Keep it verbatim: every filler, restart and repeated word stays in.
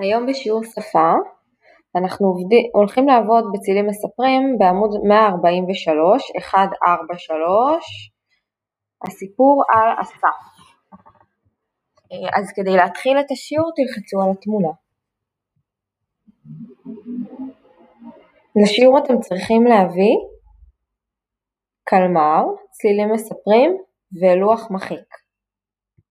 היום בשיעור שפה אנחנו עובדים, הולכים לעבוד בצילים מספרים בעמוד מאה ארבעים ושלוש, אחת ארבע שלוש, הסיפור על אסף. אז כדי להתחיל את השיעור תלחצו על התמונה. לשיעור אתם צריכים להביא קלמר, צלילים מספרים ולוח מחיק.